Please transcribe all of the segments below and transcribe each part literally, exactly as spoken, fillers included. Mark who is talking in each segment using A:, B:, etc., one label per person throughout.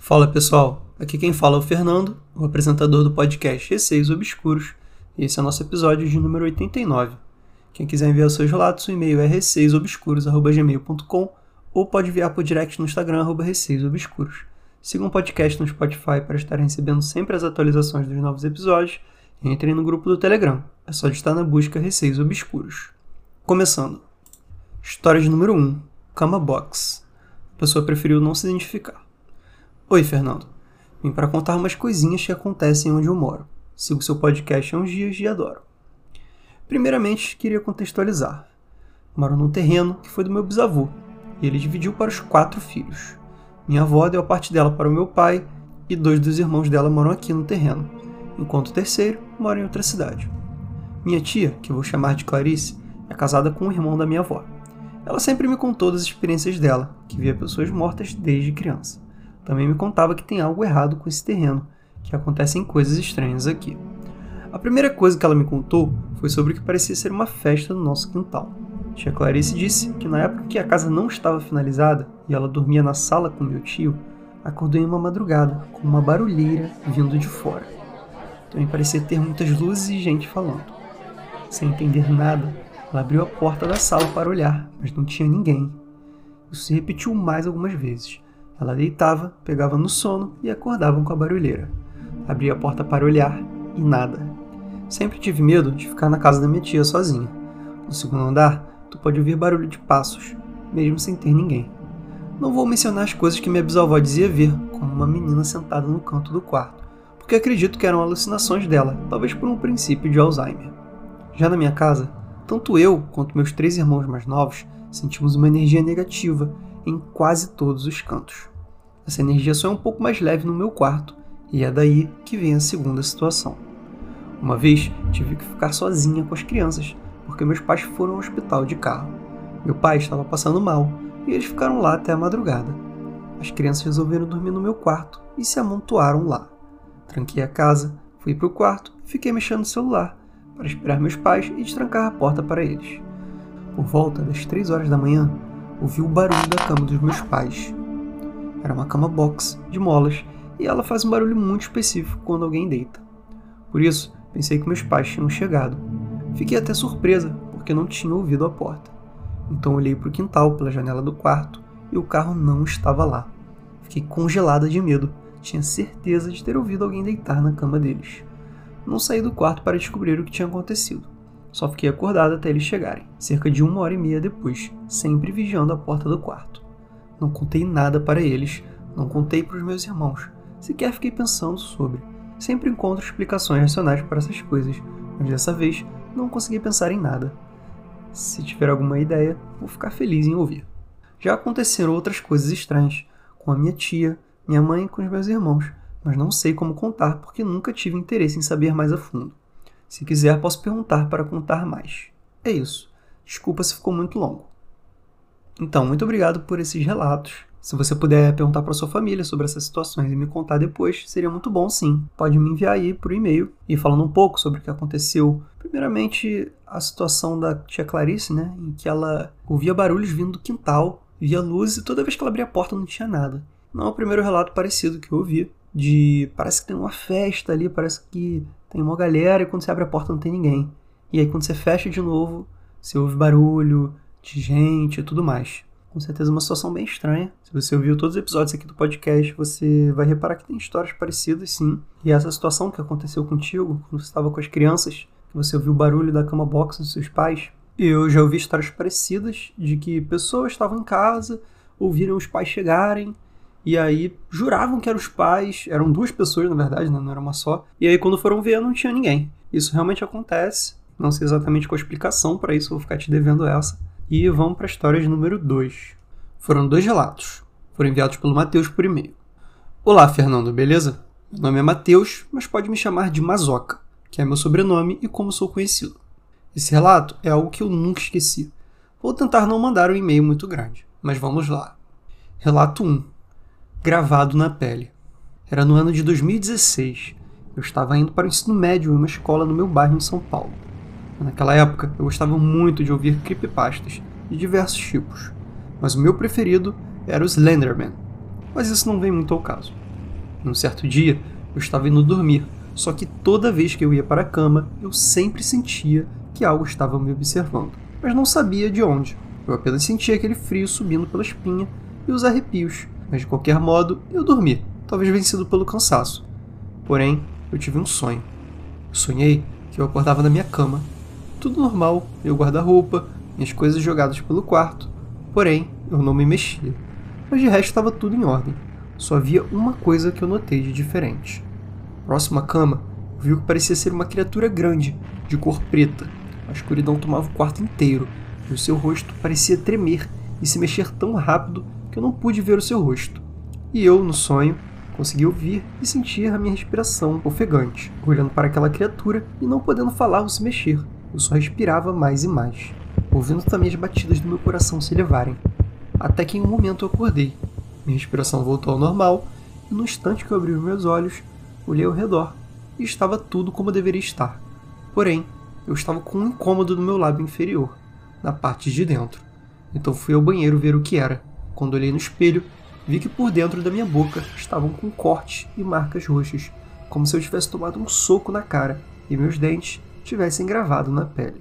A: Fala pessoal, aqui quem fala é o Fernando, o apresentador do podcast Receios Obscuros, e esse é o nosso episódio de número oitenta e nove. Quem quiser enviar seus relatos, o e-mail é receiosobscuros arroba gmail ponto com ou pode enviar por direct no Instagram, arroba receiosobscuros. Sigam o podcast no Spotify para estarem recebendo sempre as atualizações dos novos episódios e entrem no grupo do Telegram, é só digitar na busca Receios Obscuros. Começando. História de número um, Cama Box. A pessoa preferiu não se identificar. Oi, Fernando. Vim para contar umas coisinhas que acontecem onde eu moro. Sigo seu podcast há uns dias e adoro. Primeiramente, queria contextualizar. Moro num terreno que foi do meu bisavô, e ele dividiu para os quatro filhos. Minha avó deu a parte dela para o meu pai, e dois dos irmãos dela moram aqui no terreno, enquanto o terceiro mora em outra cidade. Minha tia, que vou chamar de Clarice, é casada com o irmão da minha avó. Ela sempre me contou das experiências dela, que via pessoas mortas desde criança. Também me contava que tem algo errado com esse terreno, que acontecem coisas estranhas aqui. A primeira coisa que ela me contou foi sobre o que parecia ser uma festa no nosso quintal. Tia Clarice disse que na época que a casa não estava finalizada e ela dormia na sala com meu tio, acordou em uma madrugada com uma barulheira vindo de fora. Também parecia ter muitas luzes e gente falando. Sem entender nada, ela abriu a porta da sala para olhar, mas não tinha ninguém. Isso se repetiu mais algumas vezes. Ela deitava, pegava no sono e acordava com a barulheira. Abria a porta para olhar e nada. Sempre tive medo de ficar na casa da minha tia sozinha. No segundo andar, tu pode ouvir barulho de passos, mesmo sem ter ninguém. Não vou mencionar as coisas que minha bisavó dizia ver, como uma menina sentada no canto do quarto, porque acredito que eram alucinações dela, talvez por um princípio de Alzheimer. Já na minha casa, tanto eu quanto meus três irmãos mais novos sentimos uma energia negativa em quase todos os cantos. Essa energia só é um pouco mais leve no meu quarto, e é daí que vem a segunda situação. Uma vez tive que ficar sozinha com as crianças, porque meus pais foram ao hospital de carro. Meu pai estava passando mal, e eles ficaram lá até a madrugada. As crianças resolveram dormir no meu quarto e se amontoaram lá. Tranquei a casa, fui para o quarto e fiquei mexendo no celular, para esperar meus pais e destrancar a porta para eles. Por volta das três horas da manhã, ouvi o barulho da cama dos meus pais. Era uma cama box, de molas, e ela faz um barulho muito específico quando alguém deita. Por isso, pensei que meus pais tinham chegado. Fiquei até surpresa, porque não tinha ouvido a porta. Então olhei para o quintal pela janela do quarto, e o carro não estava lá. Fiquei congelada de medo, tinha certeza de ter ouvido alguém deitar na cama deles. Não saí do quarto para descobrir o que tinha acontecido. Só fiquei acordada até eles chegarem, cerca de uma hora e meia depois, sempre vigiando a porta do quarto. Não contei nada para eles, não contei para os meus irmãos, sequer fiquei pensando sobre. Sempre encontro explicações racionais para essas coisas, mas dessa vez não consegui pensar em nada. Se tiver alguma ideia, vou ficar feliz em ouvir. Já aconteceram outras coisas estranhas, com a minha tia, minha mãe e com os meus irmãos, mas não sei como contar porque nunca tive interesse em saber mais a fundo. Se quiser, posso perguntar para contar mais. É isso. Desculpa se ficou muito longo. Então, muito obrigado por esses relatos. Se você puder perguntar para sua família sobre essas situações e me contar depois, seria muito bom sim. Pode me enviar aí por e-mail e falando um pouco sobre o que aconteceu. Primeiramente, a situação da tia Clarice, né, em que ela ouvia barulhos vindo do quintal, via luz e toda vez que ela abria a porta não tinha nada. Não é o primeiro relato parecido que eu ouvi, de parece que tem uma festa ali, parece que tem uma galera e quando você abre a porta não tem ninguém. E aí quando você fecha de novo, você ouve barulho de gente e tudo mais. Com certeza uma situação bem estranha. Se você ouviu todos os episódios aqui do podcast, você vai reparar que tem histórias parecidas, sim. E essa situação que aconteceu contigo, quando você estava com as crianças, que você ouviu o barulho da cama box dos seus pais, eu já ouvi histórias parecidas de que pessoas estavam em casa, ouviram os pais chegarem, e aí juravam que eram os pais, eram duas pessoas na verdade, né? Não era uma só, e aí quando foram ver não tinha ninguém. Isso realmente acontece, não sei exatamente qual a explicação para isso, vou ficar te devendo essa. E vamos para a história de número dois. Foram dois relatos, foram enviados pelo Matheus por e-mail. Olá Fernando, beleza? Meu nome é Matheus, mas pode me chamar de Mazoca, que é meu sobrenome e como sou conhecido. Esse relato é algo que eu nunca esqueci. Vou tentar não mandar um e-mail muito grande, mas vamos lá. Relato um. Gravado na pele. Era no ano de dois mil e dezesseis. Eu estava indo para o ensino médio em uma escola no meu bairro em São Paulo. Naquela época, eu gostava muito de ouvir creepypastas de diversos tipos, mas o meu preferido era o Slenderman. Mas isso não vem muito ao caso. Um certo dia, eu estava indo dormir, só que toda vez que eu ia para a cama, eu sempre sentia que algo estava me observando, mas não sabia de onde. Eu apenas sentia aquele frio subindo pela espinha e os arrepios, mas de qualquer modo, eu dormi, talvez vencido pelo cansaço. Porém, eu tive um sonho. Sonhei que eu acordava na minha cama. Tudo normal, meu guarda-roupa, minhas coisas jogadas pelo quarto. Porém, eu não me mexia. Mas de resto estava tudo em ordem. Só havia uma coisa que eu notei de diferente. Próximo à cama, eu vi o que parecia ser uma criatura grande, de cor preta. A escuridão tomava o quarto inteiro, e o seu rosto parecia tremer e se mexer tão rápido que eu não pude ver o seu rosto. E eu, no sonho, consegui ouvir e sentir a minha respiração ofegante, olhando para aquela criatura e não podendo falar ou se mexer. Eu só respirava mais e mais, ouvindo também as batidas do meu coração se elevarem. Até que em um momento eu acordei. Minha respiração voltou ao normal, e no instante que eu abri os meus olhos, olhei ao redor, e estava tudo como deveria estar. Porém, eu estava com um incômodo no meu lábio inferior, na parte de dentro. Então fui ao banheiro ver o que era. Quando olhei no espelho, vi que por dentro da minha boca estavam com cortes e marcas roxas, como se eu tivesse tomado um soco na cara e meus dentes tivessem gravado na pele.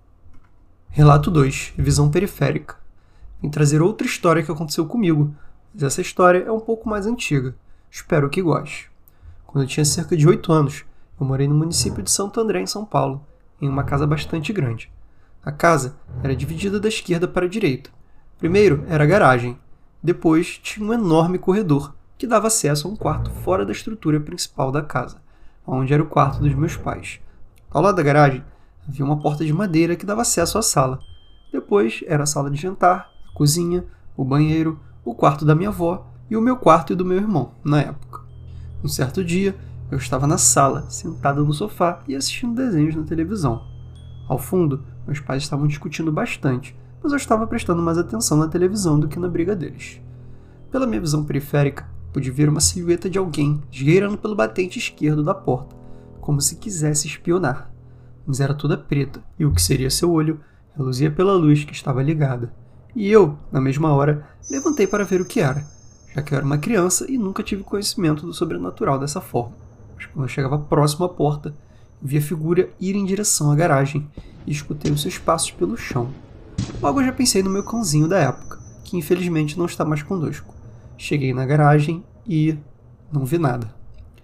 A: Relato dois. Visão periférica. Vim trazer outra história que aconteceu comigo, mas essa história é um pouco mais antiga. Espero que goste. Quando eu tinha cerca de oito anos, eu morei no município de Santo André, em São Paulo, em uma casa bastante grande. A casa era dividida da esquerda para a direita. Primeiro era a garagem. Depois tinha um enorme corredor que dava acesso a um quarto fora da estrutura principal da casa, onde era o quarto dos meus pais. Ao lado da garagem havia uma porta de madeira que dava acesso à sala. Depois era a sala de jantar, a cozinha, o banheiro, o quarto da minha avó e o meu quarto e do meu irmão, na época. Um certo dia, eu estava na sala, sentado no sofá e assistindo desenhos na televisão. Ao fundo, meus pais estavam discutindo bastante, mas eu estava prestando mais atenção na televisão do que na briga deles. Pela minha visão periférica, pude ver uma silhueta de alguém esgueirando pelo batente esquerdo da porta, como se quisesse espionar. Mas era toda preta, e o que seria seu olho reluzia pela luz que estava ligada. E eu, na mesma hora, levantei para ver o que era, já que eu era uma criança e nunca tive conhecimento do sobrenatural dessa forma. Mas quando eu chegava próximo à porta, vi a figura ir em direção à garagem e escutei os seus passos pelo chão. Logo eu já pensei no meu cãozinho da época, que infelizmente não está mais conosco. Cheguei na garagem e não vi nada.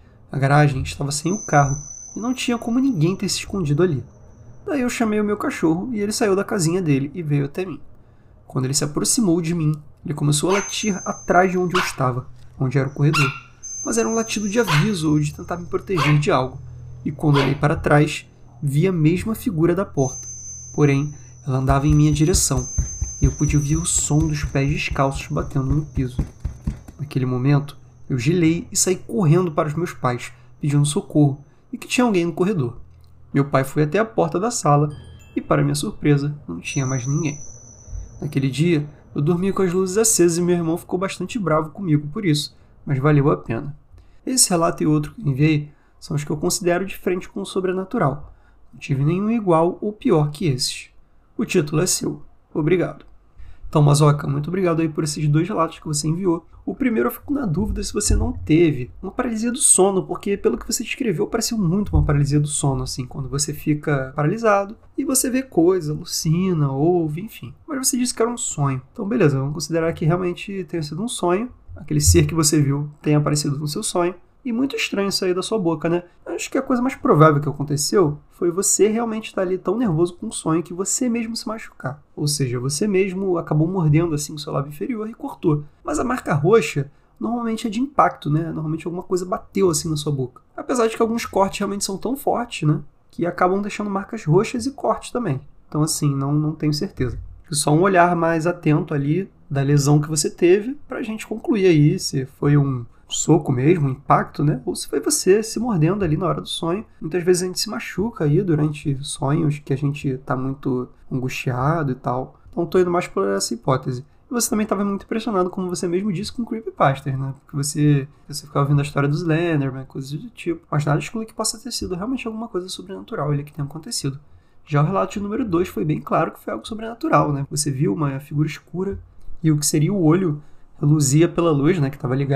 A: A garagem estava sem o carro e não tinha como ninguém ter se escondido ali. Daí eu chamei o meu cachorro e ele saiu da casinha dele e veio até mim. Quando ele se aproximou de mim, ele começou a latir atrás de onde eu estava, onde era o corredor. Mas era um latido de aviso ou de tentar me proteger de algo. E quando olhei para trás, vi a mesma figura da porta. Porém, ela andava em minha direção, e eu podia ouvir o som dos pés descalços batendo no piso. Naquele momento, eu gelei e saí correndo para os meus pais, pedindo socorro, e que tinha alguém no corredor. Meu pai foi até a porta da sala, e para minha surpresa, não tinha mais ninguém. Naquele dia, eu dormia com as luzes acesas e meu irmão ficou bastante bravo comigo por isso, mas valeu a pena. Esse relato e outro que enviei são os que eu considero de frente com o sobrenatural. Não tive nenhum igual ou pior que esses. O título é seu. Obrigado. Então, Mazoca, muito obrigado aí por esses dois relatos que você enviou. O primeiro eu fico na dúvida se você não teve uma paralisia do sono, porque pelo que você descreveu pareceu muito uma paralisia do sono, assim, quando você fica paralisado e você vê coisas, alucina, ouve, enfim. Mas você disse que era um sonho. Então, beleza, vamos considerar que realmente tenha sido um sonho. Aquele ser que você viu tenha aparecido no seu sonho. E muito estranho sair da sua boca, né? Acho que a coisa mais provável que aconteceu foi você realmente estar ali tão nervoso com um sonho que você mesmo se machucar. Ou seja, você mesmo acabou mordendo assim o seu lábio inferior e cortou. Mas a marca roxa normalmente é de impacto, né? Normalmente alguma coisa bateu assim na sua boca. Apesar de que alguns cortes realmente são tão fortes, né? Que acabam deixando marcas roxas e cortes também. Então assim, não, não tenho certeza. Só um olhar mais atento ali da lesão que você teve pra gente concluir aí se foi um soco mesmo, um impacto, né? Ou se foi você se mordendo ali na hora do sonho. Muitas vezes a gente se machuca aí durante sonhos que a gente tá muito angustiado e tal. Então tô indo mais por essa hipótese. E você também estava muito impressionado, como você mesmo disse, com creepypastas, né? Porque você, você ficava ouvindo a história do Slenderman, coisas do tipo. Mas nada exclui que possa ter sido realmente alguma coisa sobrenatural ali que tenha acontecido. Já o relato de número dois foi bem claro que foi algo sobrenatural, né? Você viu uma figura escura e o que seria o olho reluzia pela luz, né? Que estava ligada.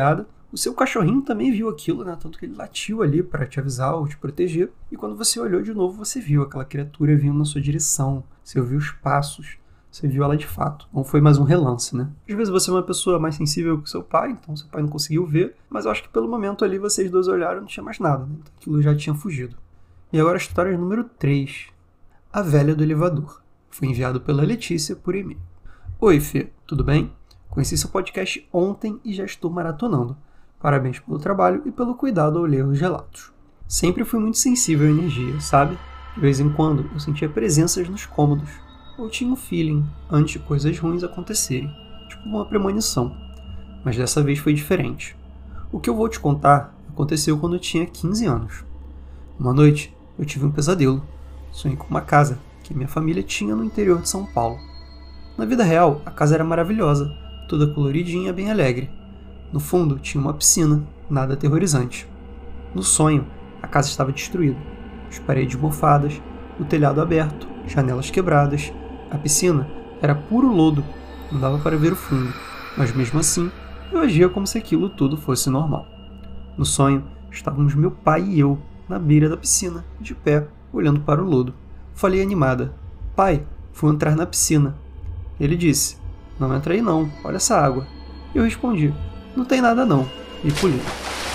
A: O seu cachorrinho também viu aquilo, né? Tanto que ele latiu ali para te avisar ou te proteger. E quando você olhou de novo, você viu aquela criatura vindo na sua direção. Você ouviu os passos. Você viu ela de fato. Não foi mais um relance, né? Às vezes você é uma pessoa mais sensível que seu pai, então seu pai não conseguiu ver. Mas eu acho que pelo momento ali vocês dois olharam e não tinha mais nada, né? Então aquilo já tinha fugido. E agora a história número três. A velha do elevador. Foi enviado pela Letícia por e-mail. Oi, Fê. Tudo bem? Conheci seu podcast ontem e já estou maratonando. Parabéns pelo trabalho e pelo cuidado ao ler os relatos. Sempre fui muito sensível à energia, sabe? De vez em quando eu sentia presenças nos cômodos. Ou tinha um feeling antes de coisas ruins acontecerem. Tipo uma premonição. Mas dessa vez foi diferente. O que eu vou te contar aconteceu quando eu tinha quinze anos. Uma noite eu tive um pesadelo. Sonhei com uma casa que minha família tinha no interior de São Paulo. Na vida real, a casa era maravilhosa, toda coloridinha, bem alegre. No fundo, tinha uma piscina, nada aterrorizante. No sonho, a casa estava destruída. As paredes mofadas, o telhado aberto, janelas quebradas. A piscina era puro lodo, não dava para ver o fundo, mas mesmo assim, eu agia como se aquilo tudo fosse normal. No sonho, estávamos meu pai e eu, na beira da piscina, de pé, olhando para o lodo. Falei animada: pai, fui entrar na piscina. Ele disse: não entra aí não, olha essa água. Eu respondi: não tem nada não, e pulei.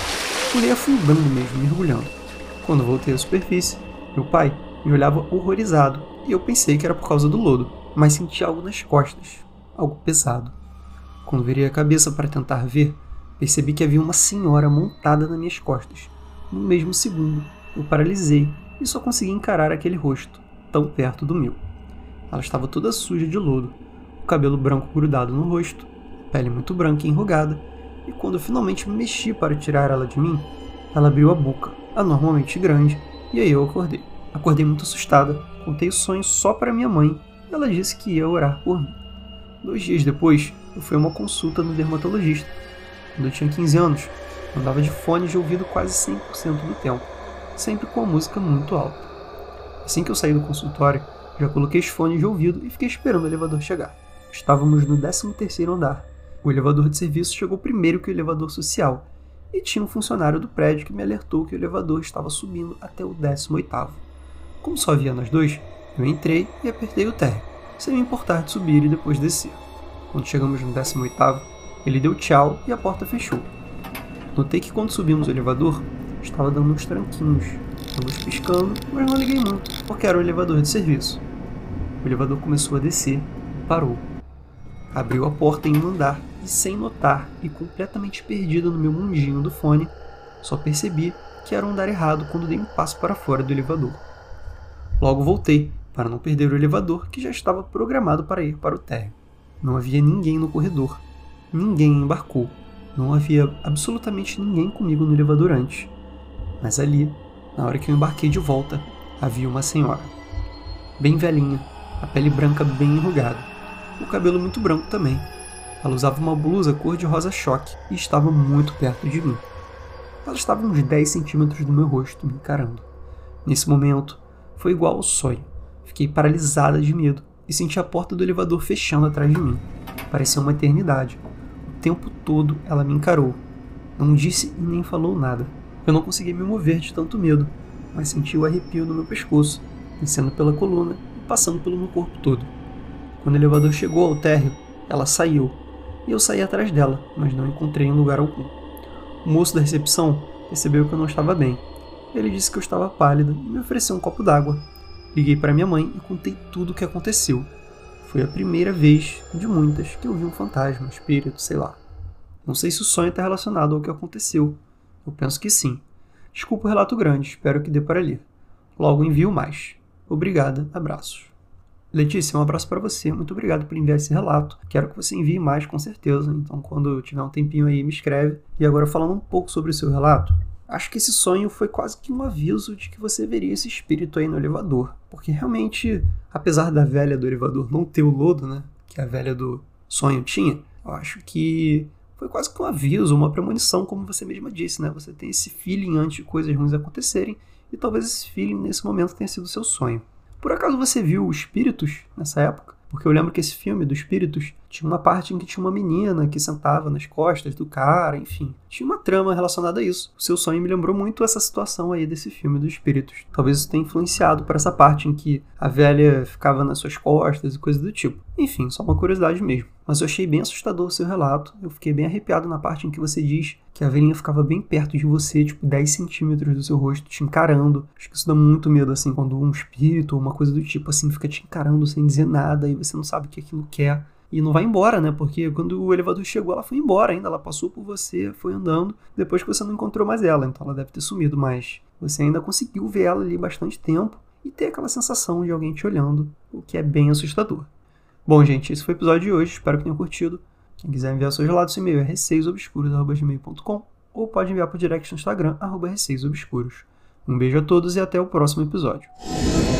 A: Pulei afundando mesmo, mergulhando. Quando voltei à superfície, meu pai me olhava horrorizado, e eu pensei que era por causa do lodo, mas senti algo nas costas, algo pesado. Quando virei a cabeça para tentar ver, percebi que havia uma senhora montada nas minhas costas. No mesmo segundo, eu paralisei e só consegui encarar aquele rosto, tão perto do meu. Ela estava toda suja de lodo, o cabelo branco grudado no rosto, a pele muito branca e enrugada, e quando eu finalmente me mexi para tirar ela de mim, ela abriu a boca, anormalmente grande, e aí eu acordei. Acordei muito assustada, contei o sonho só para minha mãe, e ela disse que ia orar por mim. Dois dias depois, eu fui a uma consulta no dermatologista. Quando eu tinha quinze anos, eu andava de fone de ouvido quase cem por cento do tempo, sempre com a música muito alta. Assim que eu saí do consultório, já coloquei os fones de ouvido e fiquei esperando o elevador chegar. Estávamos no décimo terceiro andar. O elevador de serviço chegou primeiro que o elevador social, e tinha um funcionário do prédio que me alertou que o elevador estava subindo até o décimo oitavo. Como só havia nós dois, eu entrei e apertei o térreo, sem me importar de subir e depois descer. Quando chegamos no décimo oitavo, ele deu tchau e a porta fechou. Notei que quando subimos o elevador, estava dando uns tranquinhos, a luz piscando, mas não liguei muito, porque era o elevador de serviço. O elevador começou a descer e parou. Abriu a porta em um andar e, sem notar e completamente perdido no meu mundinho do fone, só percebi que era o andar errado quando dei um passo para fora do elevador. Logo voltei, para não perder o elevador que já estava programado para ir para o térreo. Não havia ninguém no corredor. Ninguém embarcou. Não havia absolutamente ninguém comigo no elevador antes. Mas ali, na hora que eu embarquei de volta, havia uma senhora. Bem velhinha, a pele branca bem enrugada. O cabelo muito branco também. Ela usava uma blusa cor de rosa choque e estava muito perto de mim. Ela estava uns dez centímetros do meu rosto, me encarando. Nesse momento, foi igual ao sonho. Fiquei paralisada de medo e senti a porta do elevador fechando atrás de mim. Parecia uma eternidade. O tempo todo ela me encarou. Não disse e nem falou nada. Eu não conseguia me mover de tanto medo, mas senti o arrepio no meu pescoço, descendo pela coluna e passando pelo meu corpo todo. Quando o elevador chegou ao térreo, ela saiu, e eu saí atrás dela, mas não encontrei em lugar algum. O moço da recepção percebeu que eu não estava bem. Ele disse que eu estava pálida e me ofereceu um copo d'água. Liguei para minha mãe e contei tudo o que aconteceu. Foi a primeira vez, de muitas, que eu vi um fantasma, espírito, sei lá. Não sei se o sonho está relacionado ao que aconteceu. Eu penso que sim. Desculpa o relato grande, espero que dê para ler. Logo envio mais. Obrigada, abraços. Letícia, um abraço para você, muito obrigado por enviar esse relato. Quero que você envie mais, com certeza, então quando tiver um tempinho aí, me escreve. E agora falando um pouco sobre o seu relato, acho que esse sonho foi quase que um aviso de que você veria esse espírito aí no elevador. Porque realmente, apesar da velha do elevador não ter o lodo, né, que a velha do sonho tinha, eu acho que foi quase que um aviso, uma premonição, como você mesma disse, né? Você tem esse feeling antes de coisas ruins acontecerem, e talvez esse feeling nesse momento tenha sido o seu sonho. Por acaso você viu espíritos nessa época? Porque eu lembro que esse filme, do Espíritos, tinha uma parte em que tinha uma menina que sentava nas costas do cara, enfim. Tinha uma trama relacionada a isso. O Seu Sonho me lembrou muito essa situação aí desse filme do Espíritos. Talvez isso tenha influenciado para essa parte em que a velha ficava nas suas costas e coisa do tipo. Enfim, só uma curiosidade mesmo. Mas eu achei bem assustador o seu relato. Eu fiquei bem arrepiado na parte em que você diz que a velhinha ficava bem perto de você, tipo dez centímetros do seu rosto, te encarando. Acho que isso dá muito medo, assim, quando um espírito ou uma coisa do tipo, assim, fica te encarando sem dizer nada e você não sabe o que aquilo quer. E não vai embora, né? Porque quando o elevador chegou, ela foi embora ainda. Ela passou por você, foi andando, depois que você não encontrou mais ela. Então ela deve ter sumido, mas você ainda conseguiu ver ela ali bastante tempo e ter aquela sensação de alguém te olhando, o que é bem assustador. Bom, gente, esse foi o episódio de hoje. Espero que tenham curtido. Quem quiser enviar seus relatos, o e-mail é receiosobscuros arroba gmail ponto com ou pode enviar por direct no Instagram, arroba receiosobscuros. Um beijo a todos e até o próximo episódio.